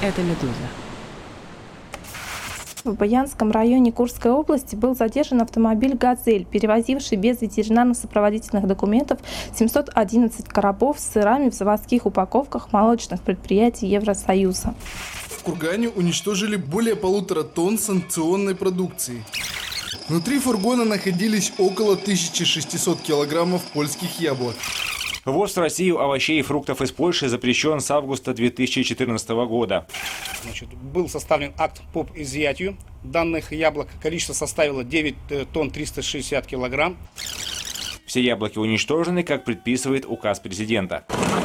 это «Медуза». В Баянском районе Курской области был задержан автомобиль «Газель», перевозивший без ветеринарно-сопроводительных документов 711 коробов с сырами в заводских упаковках молочных предприятий Евросоюза. В Кургане уничтожили более 1,5 тонн санкционной продукции. Внутри фургона находились около 1600 килограммов польских яблок. Ввоз в Россию овощей и фруктов из Польши запрещен с августа 2014 года. Был составлен акт по изъятию данных яблок. Количество составило 9 тонн 360 килограмм. Все яблоки уничтожены, как предписывает указ президента.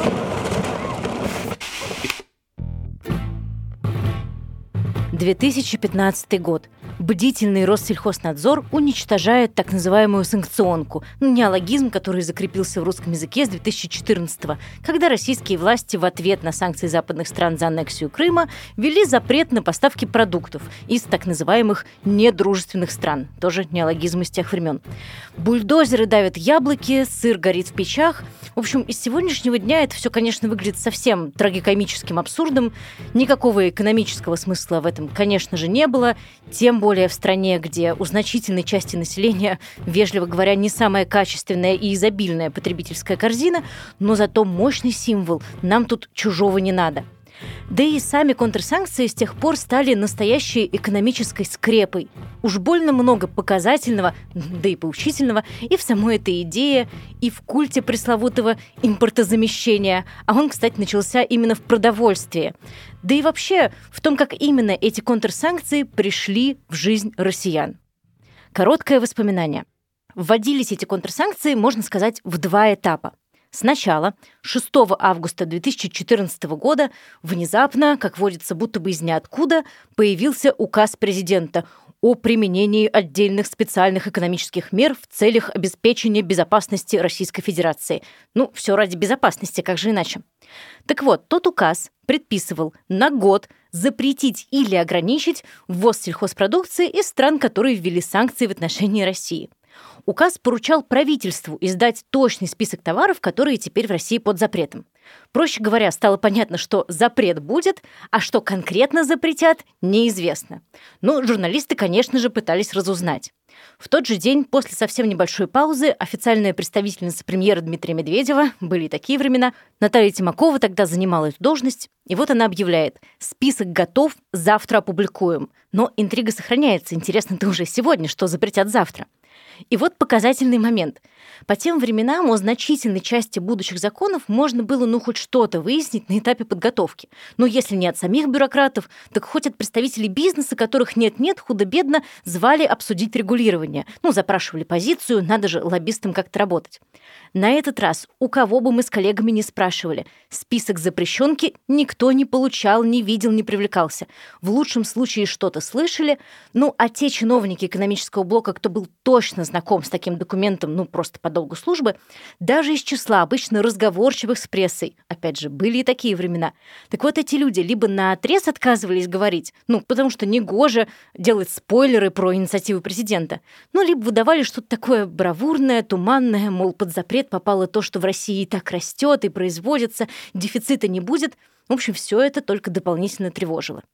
2015 год. Бдительный Россельхознадзор уничтожает так называемую санкционку, неологизм, который закрепился в русском языке с 2014-го, когда российские власти в ответ на санкции западных стран за аннексию Крыма ввели запрет на поставки продуктов из так называемых недружественных стран, тоже неологизм из тех времен. Бульдозеры давят яблоки, сыр горит в печах. В общем, из сегодняшнего дня это все, конечно, выглядит совсем трагикомическим абсурдом. Никакого экономического смысла в этом, конечно же, не было. Тем более в стране, где у значительной части населения, вежливо говоря, не самая качественная и изобильная потребительская корзина, но зато мощный символ «нам тут чужого не надо». Да и сами контрсанкции с тех пор стали настоящей экономической скрепой. Уж больно много показательного, да и поучительного, и в самой этой идее, и в культе пресловутого импортозамещения. А он, кстати, начался именно в продовольствии. Да и вообще в том, как именно эти контрсанкции пришли в жизнь россиян. Короткое воспоминание. Вводились эти контрсанкции, можно сказать, в 2 этапа. Сначала, 6 августа 2014 года, внезапно, как водится, будто бы из ниоткуда, появился указ президента о применении отдельных специальных экономических мер в целях обеспечения безопасности Российской Федерации. Ну, все ради безопасности, как же иначе? Так вот, тот указ предписывал на год запретить или ограничить ввоз сельхозпродукции из стран, которые ввели санкции в отношении России. Указ поручал правительству издать точный список товаров, которые теперь в России под запретом. Проще говоря, стало понятно, что запрет будет, а что конкретно запретят, неизвестно. Но журналисты, конечно же, пытались разузнать. В тот же день, после совсем небольшой паузы, официальная представительница премьера Дмитрия Медведева, были и такие времена, Наталья Тимакова тогда занимала эту должность, и вот она объявляет: список готов, завтра опубликуем. Но интрига сохраняется, интересно-то уже сегодня, что запретят завтра. И вот показательный момент. По тем временам о значительной части будущих законов можно было хоть что-то выяснить на этапе подготовки. Но если не от самих бюрократов, так хоть от представителей бизнеса, которых нет-нет, худо-бедно звали обсудить регулирование. Запрашивали позицию, надо же лоббистам как-то работать. На этот раз, у кого бы мы с коллегами не спрашивали, список запрещенки никто не получал, не видел, не привлекался. В лучшем случае что-то слышали, а те чиновники экономического блока, кто был точно знаком с таким документом, просто по долгу службы, даже из числа обычно разговорчивых с прессой, опять же, были и такие времена. Так вот, эти люди либо наотрез отказывались говорить, потому что негоже делать спойлеры про инициативу президента, либо выдавали что-то такое бравурное, туманное, мол, под запрет попало то, что в России и так растет и производится, дефицита не будет. В общем, все это только дополнительно тревожило.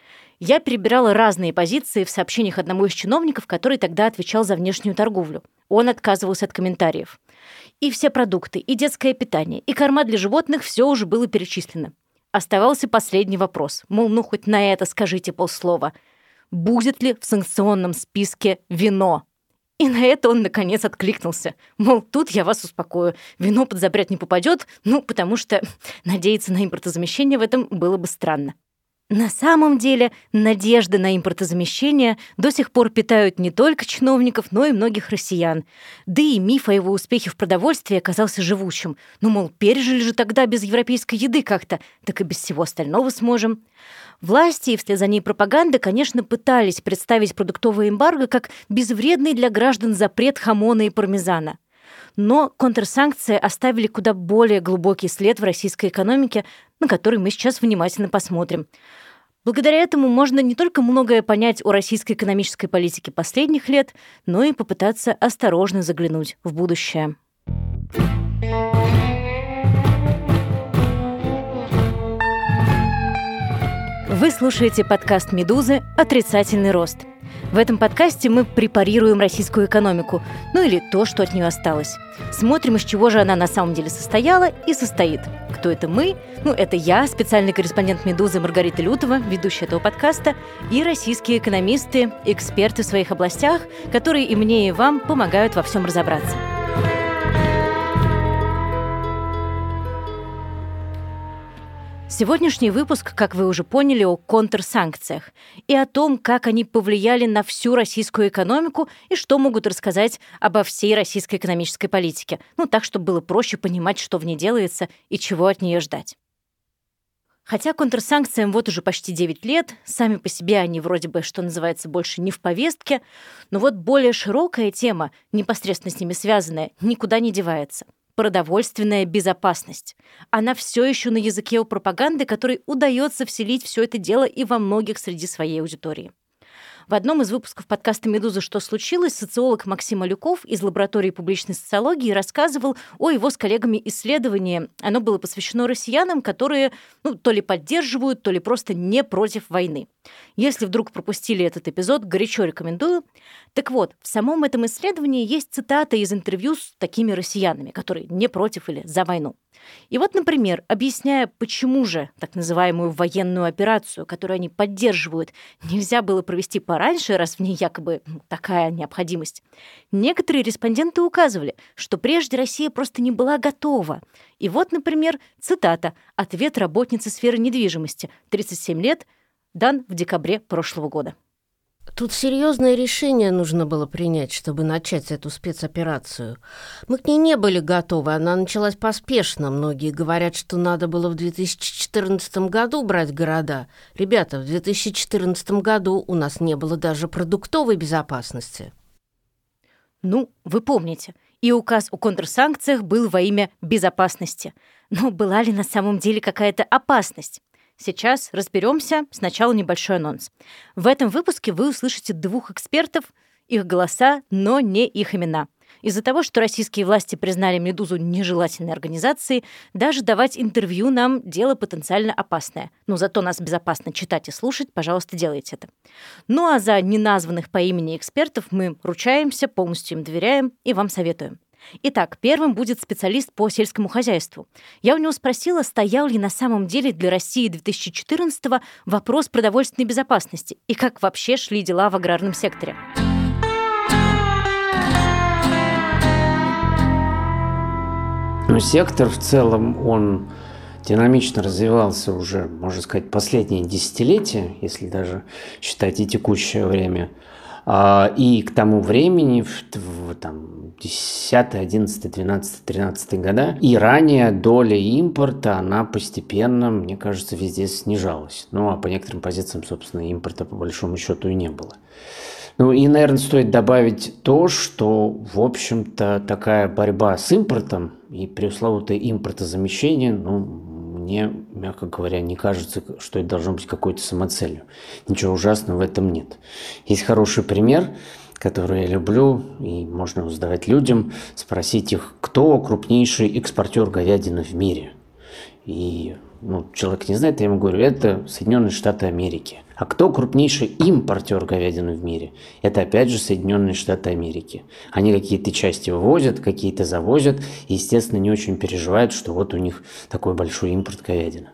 Я перебирала разные позиции в сообщениях одному из чиновников, который тогда отвечал за внешнюю торговлю. Он отказывался от комментариев. И все продукты, и детское питание, и корма для животных — все уже было перечислено. Оставался последний вопрос. Мол, хоть на это скажите полслова. Будет ли в санкционном списке вино? И на это он, наконец, откликнулся. Мол, тут я вас успокою. Вино под запрет не попадет, потому что надеяться на импортозамещение в этом было бы странно. На самом деле, надежды на импортозамещение до сих пор питают не только чиновников, но и многих россиян. Да и миф о его успехе в продовольствии оказался живучим. Пережили же тогда без европейской еды как-то, так и без всего остального сможем. Власти и вслед за ней пропаганда, конечно, пытались представить продуктовое эмбарго как безвредный для граждан запрет хамона и пармезана. Но контрсанкции оставили куда более глубокий след в российской экономике, на который мы сейчас внимательно посмотрим. Благодаря этому можно не только многое понять о российской экономической политике последних лет, но и попытаться осторожно заглянуть в будущее. В Вы слушаете подкаст «Медузы. Отрицательный рост». В этом подкасте мы препарируем российскую экономику, ну или то, что от нее осталось. Смотрим, из чего же она на самом деле состояла и состоит. Кто это мы? Это я, специальный корреспондент «Медузы» Маргарита Лютова, ведущая этого подкаста, и российские экономисты, эксперты в своих областях, которые и мне, и вам помогают во всем разобраться. Сегодняшний выпуск, как вы уже поняли, о контрсанкциях и о том, как они повлияли на всю российскую экономику и что могут рассказать обо всей российской экономической политике. Так, чтобы было проще понимать, что в ней делается и чего от нее ждать. Хотя контрсанкциям вот уже почти 9 лет, сами по себе они вроде бы, что называется, больше не в повестке, но вот более широкая тема, непосредственно с ними связанная, никуда не девается. Продовольственная безопасность. Она все еще на языке у пропаганды, которой удается вселить все это дело и во многих среди своей аудитории. В одном из выпусков подкаста «Медуза. Что случилось?» социолог Максим Малюков из лаборатории публичной социологии рассказывал о его с коллегами исследовании. Оно было посвящено россиянам, которые то ли поддерживают, то ли просто не против войны. Если вдруг пропустили этот эпизод, горячо рекомендую. Так вот, в самом этом исследовании есть цитата из интервью с такими россиянами, которые не против или за войну. И вот, например, объясняя, почему же так называемую военную операцию, которую они поддерживают, нельзя было провести пораньше, раз в ней якобы такая необходимость, некоторые респонденты указывали, что прежде Россия просто не была готова. И вот, например, цитата, ответ работницы сферы недвижимости, 37 лет, дан в декабре прошлого года. Тут серьезное решение нужно было принять, чтобы начать эту спецоперацию. Мы к ней не были готовы, она началась поспешно. Многие говорят, что надо было в 2014 году брать города. Ребята, в 2014 году у нас не было даже продуктовой безопасности. Вы помните, и указ о контрсанкциях был во имя безопасности. Но была ли на самом деле какая-то опасность? Сейчас разберемся. Сначала небольшой анонс. В этом выпуске вы услышите двух экспертов, их голоса, но не их имена. Из-за того, что российские власти признали «Медузу» нежелательной организацией, даже давать интервью нам дело потенциально опасное. Но зато нас безопасно читать и слушать, пожалуйста, делайте это. А за неназванных по имени экспертов мы ручаемся, полностью им доверяем и вам советуем. Итак, первым будет специалист по сельскому хозяйству. Я у него спросила, стоял ли на самом деле для России 2014-го вопрос продовольственной безопасности и как вообще шли дела в аграрном секторе. Сектор в целом, он динамично развивался уже, можно сказать, последние десятилетия, если даже считать и текущее время. И к тому времени, в 10, 11, 12, 13 года, и ранее доля импорта, она постепенно, мне кажется, везде снижалась. А по некоторым позициям, собственно, импорта по большому счету и не было. И, наверное, стоит добавить то, что, в общем-то, такая борьба с импортом и пресловутое импортозамещение, мне, мягко говоря, не кажется, что это должно быть какой-то самоцелью. Ничего ужасного в этом нет. Есть хороший пример, который я люблю, и можно задавать людям, спросить их, кто крупнейший экспортер говядины в мире. И человек не знает, я ему говорю, это Соединенные Штаты Америки. А кто крупнейший импортер говядины в мире? Это опять же Соединенные Штаты Америки. Они какие-то части вывозят, какие-то завозят, и, естественно, не очень переживают, что вот у них такой большой импорт говядины.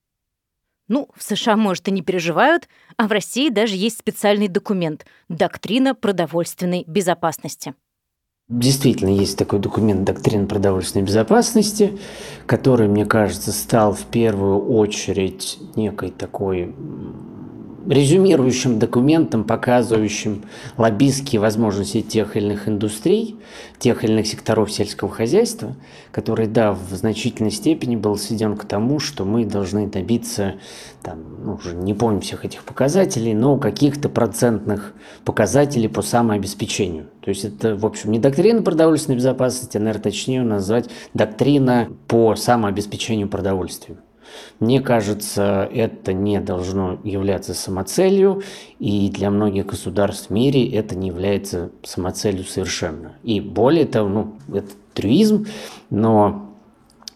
В США, может, и не переживают, а в России даже есть специальный документ «Доктрина продовольственной безопасности». Действительно, есть такой документ «Доктрина продовольственной безопасности», который, мне кажется, стал в первую очередь некой такой резюмирующим документом, показывающим лоббистские возможности тех или иных индустрий, тех или иных секторов сельского хозяйства, который, в значительной степени был сведен к тому, что мы должны добиться, уже не помню всех этих показателей, но каких-то процентных показателей по самообеспечению. То есть это, в общем, не доктрина продовольственной безопасности, а, наверное, точнее назвать доктрина по самообеспечению продовольствием. Мне кажется, это не должно являться самоцелью, и для многих государств в мире это не является самоцелью совершенно. И более того, это трюизм, но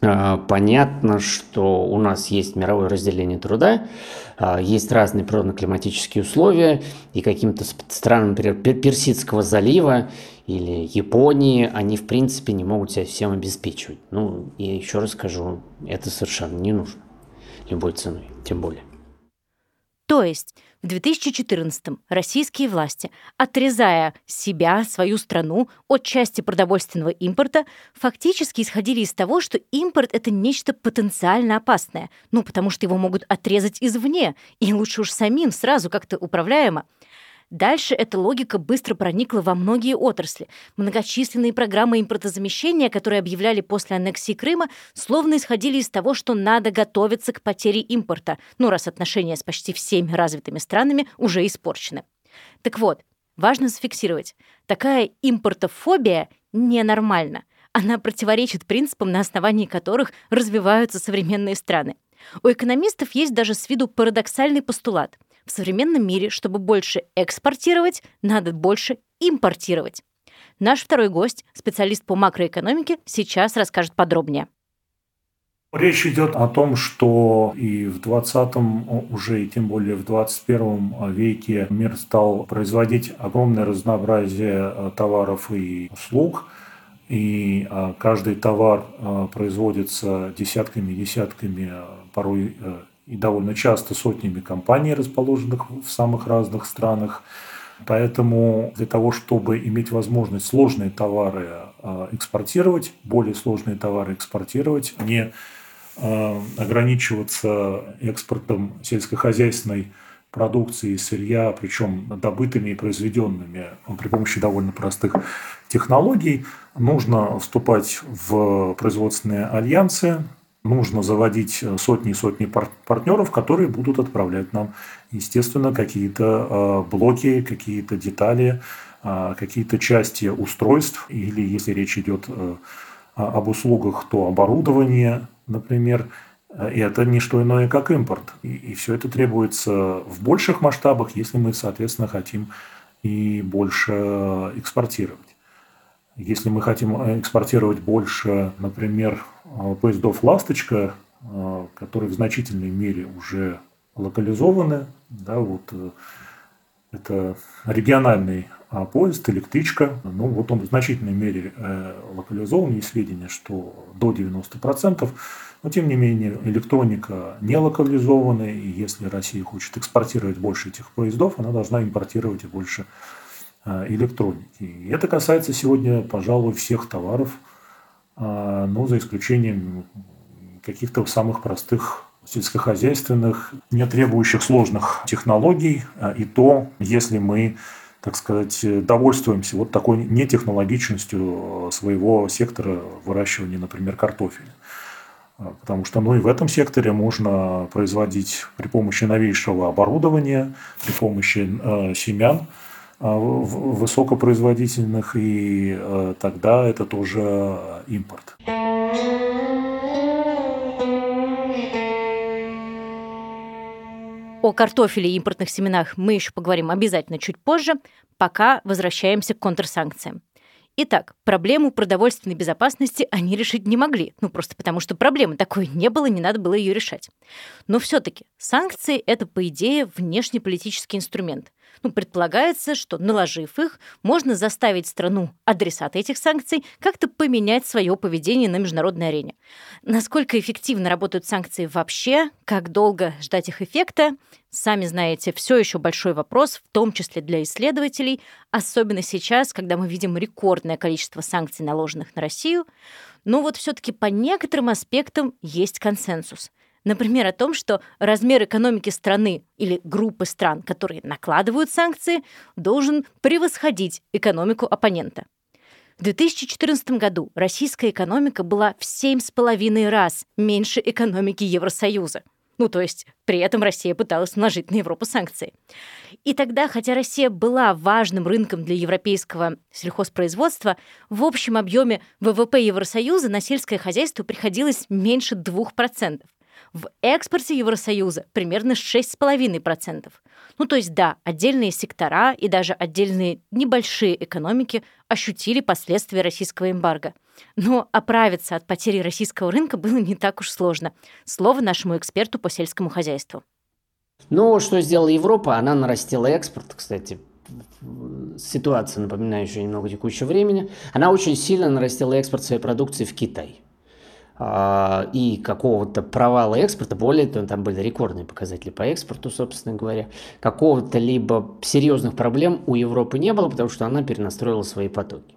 Понятно, что у нас есть мировое разделение труда, есть разные природно-климатические условия, и каким-то странам, например, Персидского залива или Японии, они, в принципе, не могут себя всем обеспечивать. Ну, и еще раз скажу, это совершенно не нужно любой ценой, тем более. То есть в 2014-м российские власти, отрезая себя, свою страну от части продовольственного импорта, фактически исходили из того, что импорт — это нечто потенциально опасное, потому что его могут отрезать извне, и лучше уж самим сразу как-то управляемо. Дальше эта логика быстро проникла во многие отрасли. Многочисленные программы импортозамещения, которые объявляли после аннексии Крыма, словно исходили из того, что надо готовиться к потере импорта, раз отношения с почти всеми развитыми странами уже испорчены. Так вот, важно зафиксировать, такая импортофобия ненормальна. Она противоречит принципам, на основании которых развиваются современные страны. У экономистов есть даже с виду парадоксальный постулат. В современном мире, чтобы больше экспортировать, надо больше импортировать. Наш второй гость, специалист по макроэкономике, сейчас расскажет подробнее. Речь идет о том, что и в 20-м уже, и тем более в 21 веке мир стал производить огромное разнообразие товаров и услуг, и каждый товар производится десятками, порой и довольно часто сотнями компаний, расположенных в самых разных странах. Поэтому для того, чтобы иметь возможность сложные товары экспортировать, более сложные товары экспортировать, не ограничиваться экспортом сельскохозяйственной продукции, сырья, причем добытыми и произведенными при помощи довольно простых технологий, нужно вступать в производственные альянсы, нужно заводить сотни и сотни партнеров, которые будут отправлять нам, естественно, какие-то блоки, какие-то детали, какие-то части устройств, или если речь идет об услугах, то оборудование, например, и это не что иное, как импорт. И все это требуется в больших масштабах, если мы, соответственно, хотим и больше экспортировать. Если мы хотим экспортировать больше, например, поездов «Ласточка», которые в значительной мере уже локализованы, это региональный поезд, электричка, он в значительной мере локализован, есть сведения, что до 90%, но тем не менее электроника не локализована, и если Россия хочет экспортировать больше этих поездов, она должна импортировать и больше электроники. И это касается сегодня, пожалуй, всех товаров, за исключением каких-то самых простых сельскохозяйственных, не требующих сложных технологий, и то, если мы, так сказать, довольствуемся такой нетехнологичностью своего сектора выращивания, например, картофеля. Потому что и в этом секторе можно производить при помощи новейшего оборудования, при помощи семян высокопроизводительных, и тогда это тоже импорт. О картофеле и импортных семенах мы еще поговорим обязательно чуть позже, пока возвращаемся к контрсанкциям. Итак, проблему продовольственной безопасности они решить не могли, просто потому что проблемы такой не было, не надо было ее решать. Но все-таки санкции — это, по идее, внешнеполитический инструмент. Предполагается, что, наложив их, можно заставить страну, адресата этих санкций, как-то поменять свое поведение на международной арене. Насколько эффективно работают санкции вообще, как долго ждать их эффекта, сами знаете, все еще большой вопрос, в том числе для исследователей, особенно сейчас, когда мы видим рекордное количество санкций, наложенных на Россию. Но все-таки по некоторым аспектам есть консенсус. Например, о том, что размер экономики страны или группы стран, которые накладывают санкции, должен превосходить экономику оппонента. В 2014 году российская экономика была в 7,5 раз меньше экономики Евросоюза. То есть при этом Россия пыталась наложить на Европу санкции. И тогда, хотя Россия была важным рынком для европейского сельхозпроизводства, в общем объеме ВВП Евросоюза на сельское хозяйство приходилось меньше 2%. В экспорте Евросоюза примерно 6,5%. Ну, то есть, да, отдельные сектора и даже отдельные небольшие экономики ощутили последствия российского эмбарго. Но оправиться от потери российского рынка было не так уж сложно. Слово нашему эксперту по сельскому хозяйству. Но что сделала Европа? Она нарастила экспорт, кстати. Ситуация, напоминающая немного текущего времени. Она очень сильно нарастила экспорт своей продукции в Китай. И какого-то провала экспорта, более того, там были рекордные показатели по экспорту, собственно говоря, какого-то либо серьезных проблем у Европы не было, потому что она перенаправила свои потоки.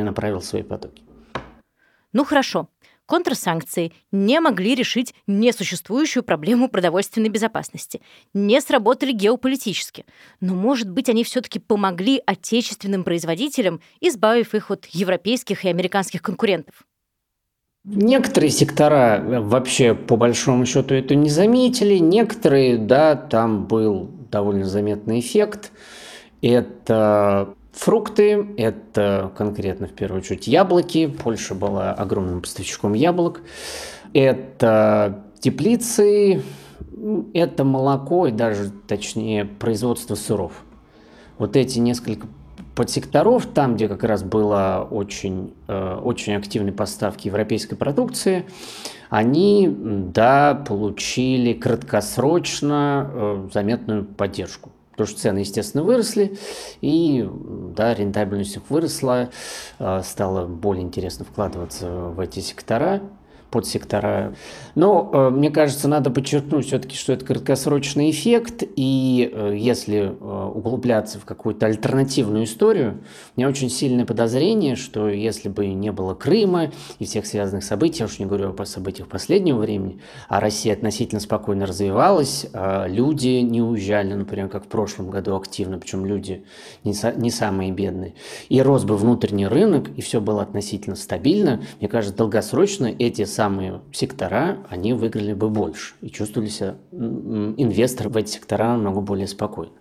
Ну хорошо, контрсанкции не могли решить несуществующую проблему продовольственной безопасности, не сработали геополитически, но, может быть, они все-таки помогли отечественным производителям, избавив их от европейских и американских конкурентов. Некоторые сектора вообще, по большому счету, это не заметили. Некоторые, да, там был довольно заметный эффект. Это фрукты, это конкретно, в первую очередь, яблоки. Польша была огромным поставщиком яблок. Это теплицы, это молоко и даже, точнее, производство сыров. Вот эти несколько подсекторов, там, где как раз было очень активные поставки европейской продукции, они, да, получили краткосрочно заметную поддержку. Потому что цены, естественно, выросли, и, да, рентабельность их выросла, стало более интересно вкладываться в эти сектора, подсектора. Но, мне кажется, надо подчеркнуть все-таки, что это краткосрочный эффект, и если углубляться в какую-то альтернативную историю, у меня очень сильное подозрение, что если бы не было Крыма и всех связанных событий, я уж не говорю о событиях последнего времени, а Россия относительно спокойно развивалась, люди не уезжали, например, как в прошлом году активно, причем люди не самые бедные, и рос бы внутренний рынок, и все было относительно стабильно, мне кажется, долгосрочно эти самые сектора, они выиграли бы больше. И чувствовали себя инвесторы в эти сектора намного более спокойно.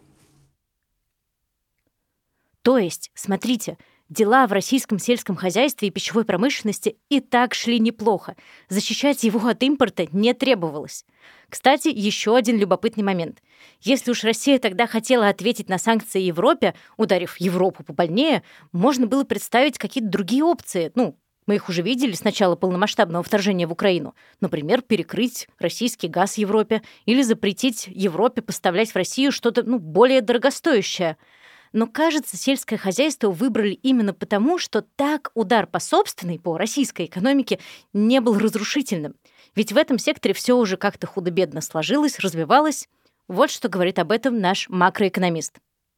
То есть, смотрите, дела в российском сельском хозяйстве и пищевой промышленности и так шли неплохо. Защищать его от импорта не требовалось. Кстати, еще один любопытный момент. Если уж Россия тогда хотела ответить на санкции Европе, ударив Европу побольнее, можно было представить какие-то другие опции. Мы их уже видели с начала полномасштабного вторжения в Украину. Например, перекрыть российский газ Европе или запретить Европе поставлять в Россию что-то более дорогостоящее. Но, кажется, сельское хозяйство выбрали именно потому, что так удар по собственной, по российской экономике не был разрушительным. Ведь в этом секторе все уже как-то худо-бедно сложилось, развивалось. Вот что говорит об этом наш макроэкономист.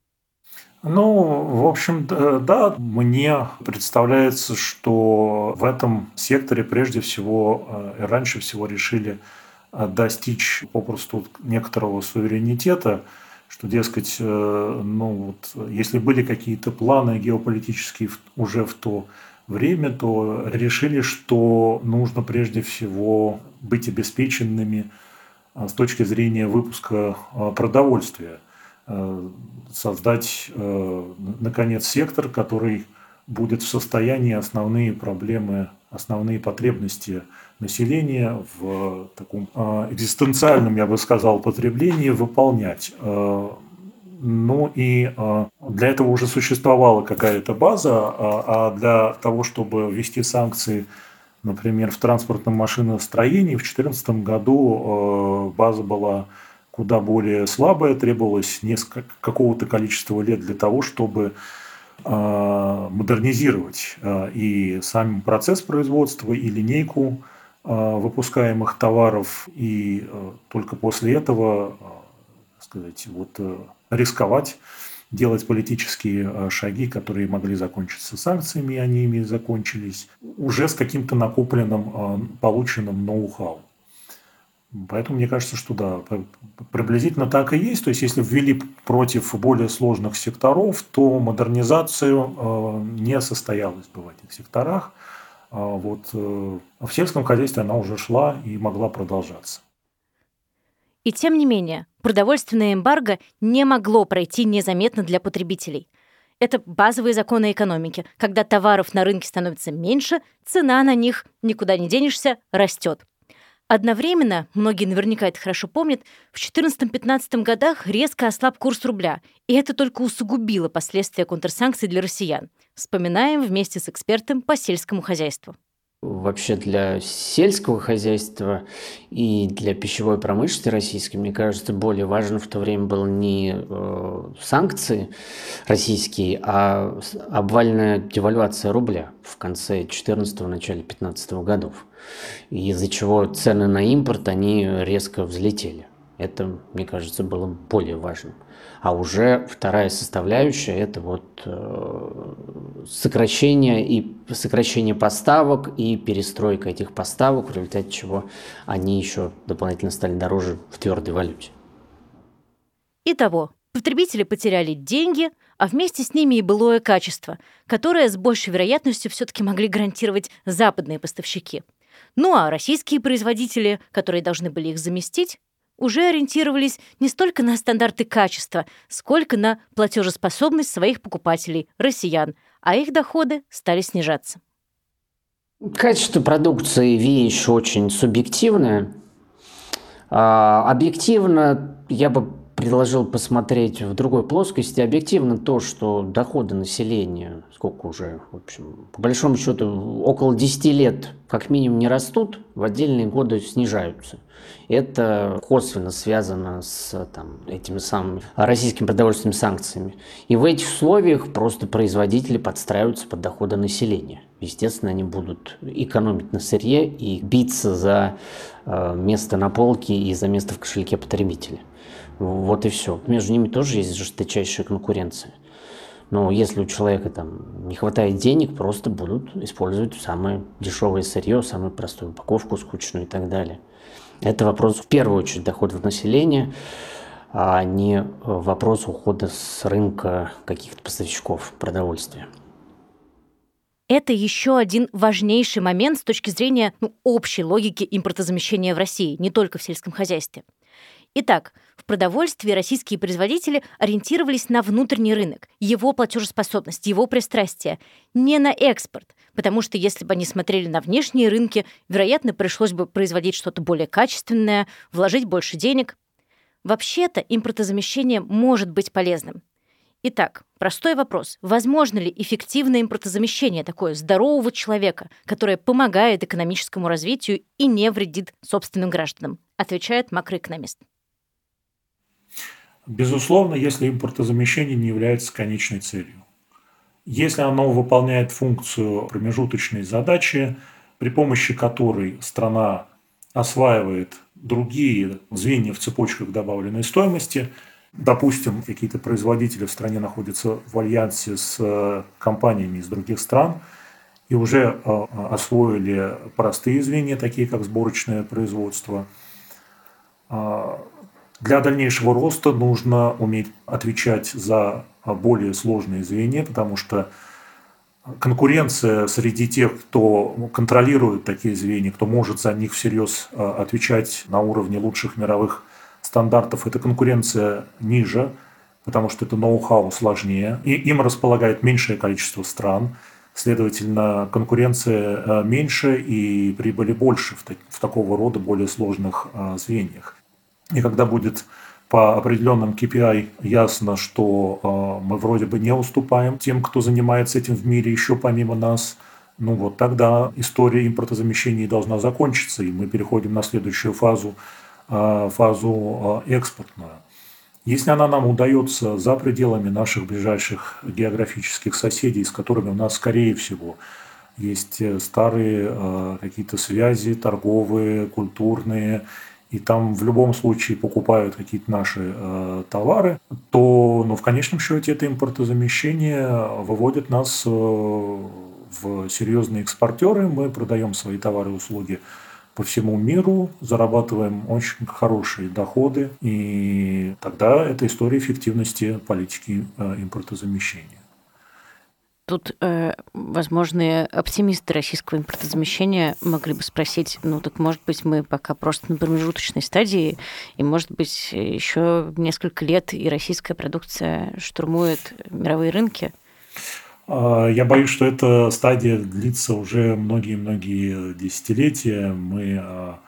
В общем, да, мне представляется, что в этом секторе прежде всего и раньше всего решили достичь попросту некоторого суверенитета, что, дескать, если были какие-то планы геополитические уже в то время, то решили, что нужно прежде всего быть обеспеченными с точки зрения выпуска продовольствия. Создать, наконец, сектор, который будет в состоянии основные проблемы, основные потребности населения в таком экзистенциальном, я бы сказал, потреблении выполнять. И для этого уже существовала какая-то база, а для того, чтобы ввести санкции, например, в транспортном машиностроении, в 2014 году база была куда более слабая, требовалось какого-то количества лет для того, чтобы модернизировать и сам процесс производства, и линейку выпускаемых товаров, и только после этого, рисковать, делать политические шаги, которые могли закончиться санкциями, и они ими закончились, уже с каким-то накопленным, полученным ноу-хау. Поэтому мне кажется, что да, приблизительно так и есть. То есть, если ввели против более сложных секторов, то модернизацию не состоялось бы в этих секторах. В сельском хозяйстве она уже шла и могла продолжаться. И тем не менее, продовольственное эмбарго не могло пройти незаметно для потребителей. Это базовые законы экономики. Когда товаров на рынке становится меньше, цена на них, никуда не денешься, растет. Одновременно, многие наверняка это хорошо помнят, в 2014-2015 годах резко ослаб курс рубля, и это только усугубило последствия контрсанкций для россиян. Вспоминаем вместе с экспертом по сельскому хозяйству. Вообще для сельского хозяйства и для пищевой промышленности российской, мне кажется, более важно в то время было не санкции российские, а обвальная девальвация рубля в конце 2014-го, начале 2015 годов, из-за чего цены на импорт, они резко взлетели. Это, мне кажется, было более важным. А уже вторая составляющая – это вот сокращение поставок и перестройка этих поставок, в результате чего они еще дополнительно стали дороже в твердой валюте. Итого, потребители потеряли деньги, а вместе с ними и былое качество, которое с большей вероятностью все-таки могли гарантировать западные поставщики. Ну а российские производители, которые должны были их заместить, уже ориентировались не столько на стандарты качества, сколько на платежеспособность своих покупателей, россиян, а их доходы стали снижаться. Качество продукции – вещь очень субъективная. Объективно я бы предложил посмотреть в другой плоскости. Объективно то, что доходы населения, сколько уже, в общем, по большому счету, около 10 лет как минимум не растут, в отдельные годы снижаются. Это косвенно связано с этими самыми российскими продовольственными санкциями. И в этих условиях просто производители подстраиваются под доходы населения. Естественно, они будут экономить на сырье и биться за место на полке и за место в кошельке потребителя. Вот и все. Между ними тоже есть жесточайшая конкуренция. Но если у человека не хватает денег, просто будут использовать самое дешевое сырье, самую простую упаковку, скучную и так далее. Это вопрос в первую очередь доходов населения, а не вопрос ухода с рынка каких-то поставщиков продовольствия. Это еще один важнейший момент с точки зрения общей логики импортозамещения в России, не только в сельском хозяйстве. Итак, в продовольствии российские производители ориентировались на внутренний рынок, его платежеспособность, его пристрастие, не на экспорт, потому что если бы они смотрели на внешние рынки, вероятно, пришлось бы производить что-то более качественное, вложить больше денег. Вообще-то импортозамещение может быть полезным. Итак, простой вопрос. Возможно ли эффективное импортозамещение такое здорового человека, которое помогает экономическому развитию и не вредит собственным гражданам? Отвечает макроэкономист. Безусловно, если импортозамещение не является конечной целью. Если оно выполняет функцию промежуточной задачи, при помощи которой страна осваивает другие звенья в цепочках добавленной стоимости, допустим, какие-то производители в стране находятся в альянсе с компаниями из других стран и уже освоили простые звенья, такие как сборочное производство. Для дальнейшего роста нужно уметь отвечать за более сложные звенья, потому что конкуренция среди тех, кто контролирует такие звенья, кто может за них всерьез отвечать на уровне лучших мировых стандартов, эта конкуренция ниже, потому что это ноу-хау сложнее, и им располагает меньшее количество стран, следовательно, конкуренция меньше и прибыли больше в такого рода более сложных звеньях. И когда будет по определенным KPI ясно, что мы вроде бы не уступаем тем, кто занимается этим в мире еще помимо нас, тогда история импортозамещения должна закончиться, и мы переходим на следующую фазу экспортную. Если она нам удается за пределами наших ближайших географических соседей, с которыми у нас, скорее всего, есть старые какие-то связи торговые, культурные, и там в любом случае покупают какие-то наши товары, то в конечном счете это импортозамещение выводит нас в серьезные экспортеры. Мы продаем свои товары и услуги по всему миру, зарабатываем очень хорошие доходы, и тогда это история эффективности политики импортозамещения. Тут возможные оптимисты российского импортозамещения могли бы спросить, так может быть мы пока просто на промежуточной стадии, и может быть еще несколько лет и российская продукция штурмует мировые рынки? Я боюсь, что эта стадия длится уже многие-многие десятилетия. Мы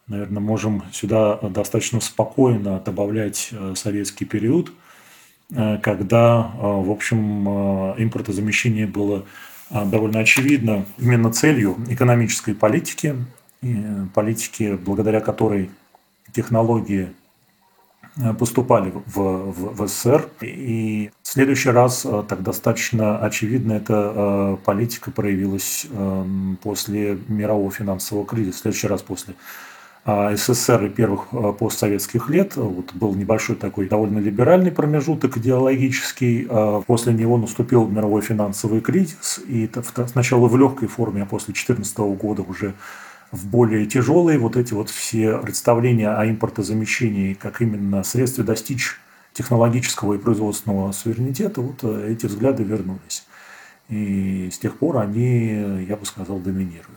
наверное, можем сюда достаточно спокойно добавлять советский период, когда, в общем, импортозамещение было довольно очевидно именно целью экономической политики, благодаря которой технологии поступали в СССР. И в следующий раз так достаточно очевидно эта политика проявилась после мирового финансового кризиса. В следующий раз после СССР и первых постсоветских лет был небольшой такой довольно либеральный промежуток идеологический. После него наступил мировой финансовый кризис. И сначала в легкой форме, а после 2014 года уже в более тяжелые эти все представления о импортозамещении как именно средстве достичь технологического и производственного суверенитета, эти взгляды вернулись. И с тех пор они, я бы сказал, доминируют.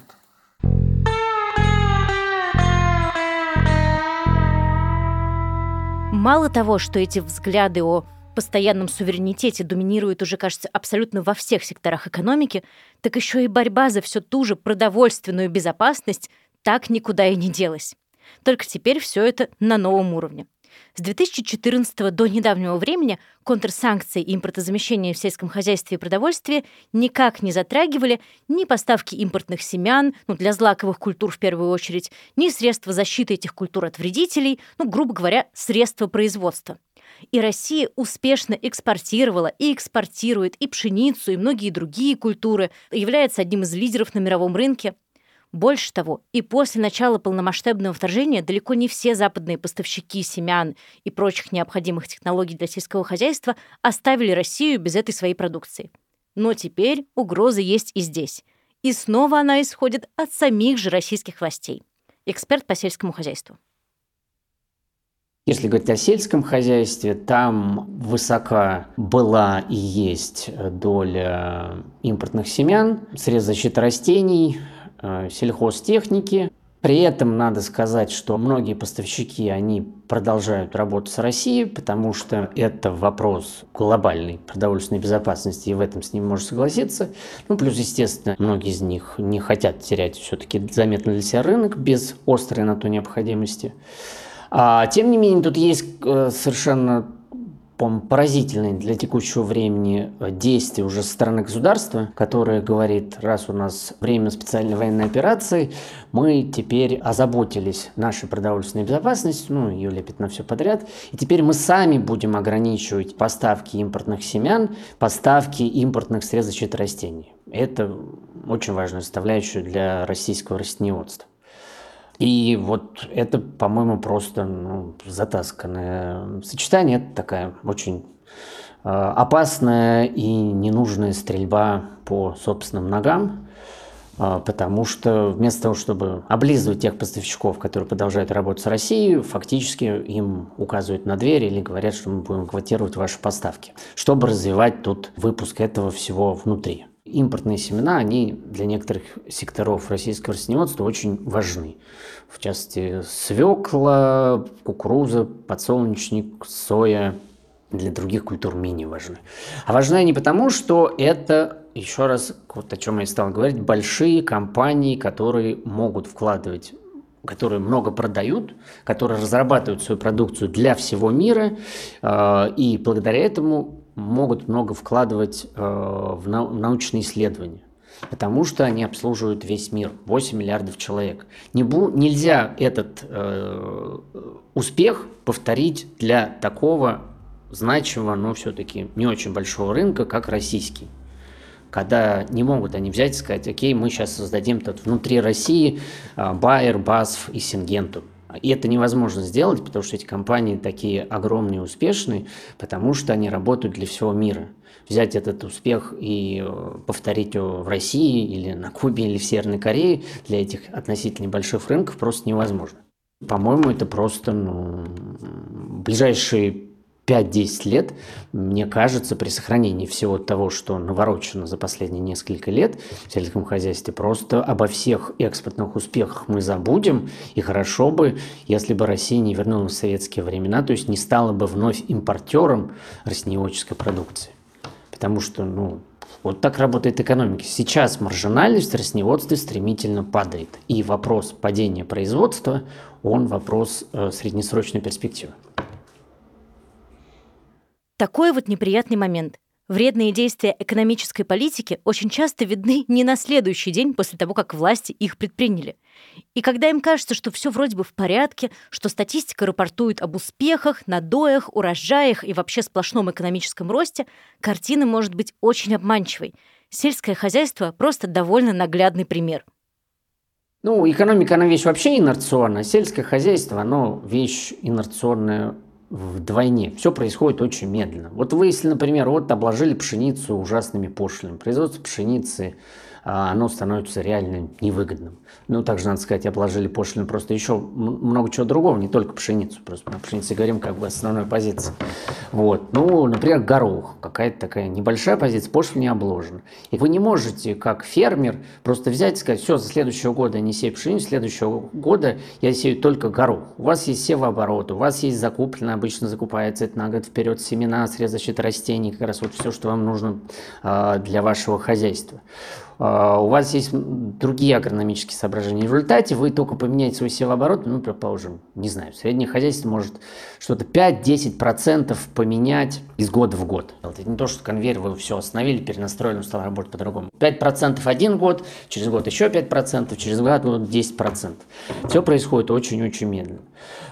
Мало того, что эти взгляды о постоянном суверенитете доминируют уже, кажется, абсолютно во всех секторах экономики, так еще и борьба за всю ту же продовольственную безопасность так никуда и не делась. Только теперь все это на новом уровне. С 2014 до недавнего времени контрсанкции и импортозамещение в сельском хозяйстве и продовольствии никак не затрагивали ни поставки импортных семян, для злаковых культур в первую очередь, ни средства защиты этих культур от вредителей, грубо говоря, средства производства. И Россия успешно экспортировала и экспортирует и пшеницу, и многие другие культуры, является одним из лидеров на мировом рынке. Больше того, и после начала полномасштабного вторжения далеко не все западные поставщики семян и прочих необходимых технологий для сельского хозяйства оставили Россию без этой своей продукции. Но теперь угроза есть и здесь. И снова она исходит от самих же российских властей. Эксперт по сельскому хозяйству. Если говорить о сельском хозяйстве, там высока была и есть доля импортных семян, средств защиты растений, сельхозтехники. При этом надо сказать, что многие поставщики, они продолжают работать с Россией, потому что это вопрос глобальной продовольственной безопасности, и в этом с ним можно согласиться. Плюс, естественно, многие из них не хотят терять все-таки заметно для себя рынок без острой на то необходимости. Тем не менее, тут есть совершенно поразительное для текущего времени действие уже со стороны государства, которое говорит, раз у нас время специальной военной операции, мы теперь озаботились нашей продовольственной безопасностью, ее лепит на все подряд, и теперь мы сами будем ограничивать поставки импортных семян, поставки импортных средств защиты растений. Это очень важная составляющая для российского растениеводства. И это, по-моему, просто затасканное сочетание. Это такая очень опасная и ненужная стрельба по собственным ногам, потому что вместо того, чтобы облизывать тех поставщиков, которые продолжают работать с Россией, фактически им указывают на дверь или говорят, что мы будем квотировать ваши поставки, чтобы развивать тут выпуск этого всего внутри. Импортные семена, они для некоторых секторов российского растениеводства очень важны. В частности, свекла, кукуруза, подсолнечник, соя. Для других культур менее важны. А важны они потому, что это, еще раз, о чем я стал говорить, большие компании, которые могут вкладывать, которые много продают, которые разрабатывают свою продукцию для всего мира, и благодаря этому могут много вкладывать в научные исследования, потому что они обслуживают весь мир, 8 миллиардов человек. Нельзя этот успех повторить для такого значимого, но все-таки не очень большого рынка, как российский. Когда не могут они взять и сказать, окей, мы сейчас создадим тут внутри России Bayer, BASF и Syngenta. И это невозможно сделать, потому что эти компании такие огромные и успешные, потому что они работают для всего мира. Взять этот успех и повторить его в России или на Кубе или в Северной Корее для этих относительно небольших рынков просто невозможно. По-моему, это просто ближайшие 5-10 лет, мне кажется, при сохранении всего того, что наворочено за последние несколько лет в сельском хозяйстве, просто обо всех экспортных успехах мы забудем. И хорошо бы, если бы Россия не вернулась в советские времена, то есть не стала бы вновь импортером растениеводческой продукции. Потому что, вот так работает экономика. Сейчас маржинальность в растениеводстве стремительно падает. И вопрос падения производства, он вопрос среднесрочной перспективы. Такой вот неприятный момент. Вредные действия экономической политики очень часто видны не на следующий день после того, как власти их предприняли. И когда им кажется, что все вроде бы в порядке, что статистика рапортует об успехах, надоях, урожаях и вообще сплошном экономическом росте, картина может быть очень обманчивой. Сельское хозяйство просто довольно наглядный пример. Экономика, она вещь вообще инерционная. Сельское хозяйство, оно вещь инерционная вдвойне. Все происходит очень медленно. Вот вы, если, например, обложили пшеницу ужасными пошлинами, производство пшеницы, оно становится реально невыгодным. Также, надо сказать, обложили пошлины просто еще много чего другого, не только пшеницу. Просто на пшенице говорим как бы основной позиции. Например, горох. Какая-то такая небольшая позиция, пошлина не обложена. И вы не можете, как фермер, просто взять и сказать: все, со следующего года я не сею пшеницу, с следующего года я сею только горох. У вас есть севооборот, у вас есть закуплено, обычно закупается это на год вперед, семена, средства защиты растений, как раз все, что вам нужно для вашего хозяйства. У вас есть другие агрономические соображения. В результате вы только поменяете свой севооборот, предположим, не знаю, среднее хозяйство может что-то 5-10% поменять из года в год. Это не то, что конвейер вы все остановили, перенастроили, он стал работать по-другому. 5% один год, через год еще 5%, через год 10%. Все происходит очень-очень медленно.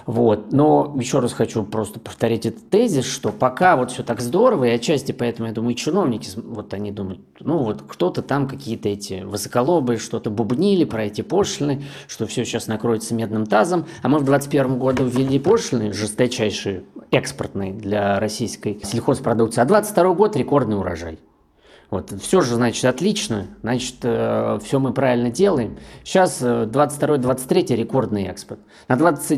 Но еще раз хочу просто повторить этот тезис, что пока все так здорово, и отчасти поэтому, я думаю, чиновники, они думают, кто-то там какие-то эти высоколобые что-то бубнили про эти пошлины, что все сейчас накроется медным тазом, а мы в 2021 году ввели пошлины жесточайшие, экспортные для российской сельхозпродукции, а 2022 год рекордный урожай. Все же, значит, отлично, значит, все мы правильно делаем. Сейчас 22-23 рекордный экспорт. На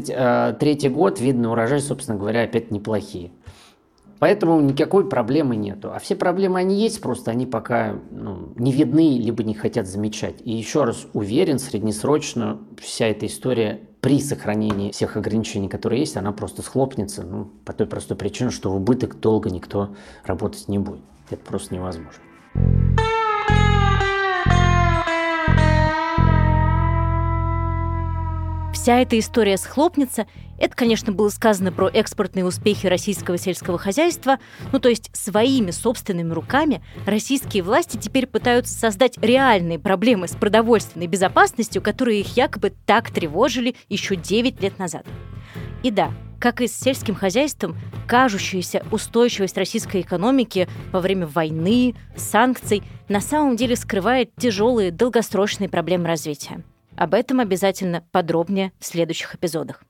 23 год, видно, урожай, собственно говоря, опять неплохие. Поэтому никакой проблемы нету. А все проблемы, они есть, просто они пока не видны, либо не хотят замечать. И еще раз уверен, среднесрочно вся эта история при сохранении всех ограничений, которые есть, она просто схлопнется, по той простой причине, что в убыток долго никто работать не будет. Это просто невозможно. Вся эта история схлопнется. Это, конечно, было сказано про экспортные успехи российского сельского хозяйства. То есть своими собственными руками российские власти теперь пытаются создать реальные проблемы с продовольственной безопасностью, которые их якобы так тревожили еще 9 лет назад. И да, как и с сельским хозяйством, кажущаяся устойчивость российской экономики во время войны, санкций на самом деле скрывает тяжелые долгосрочные проблемы развития. Об этом обязательно подробнее в следующих эпизодах.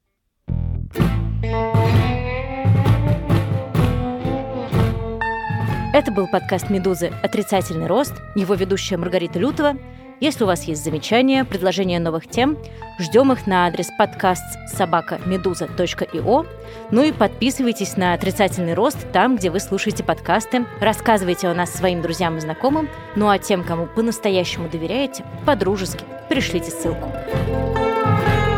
Это был подкаст «Медузы. Отрицательный рост», его ведущая Маргарита Лютова. Если у вас есть замечания, предложения новых тем, ждем их на адрес podcast@meduza.io. И подписывайтесь на «Отрицательный рост» там, где вы слушаете подкасты. Рассказывайте о нас своим друзьям и знакомым. А тем, кому по-настоящему доверяете, по-дружески пришлите ссылку.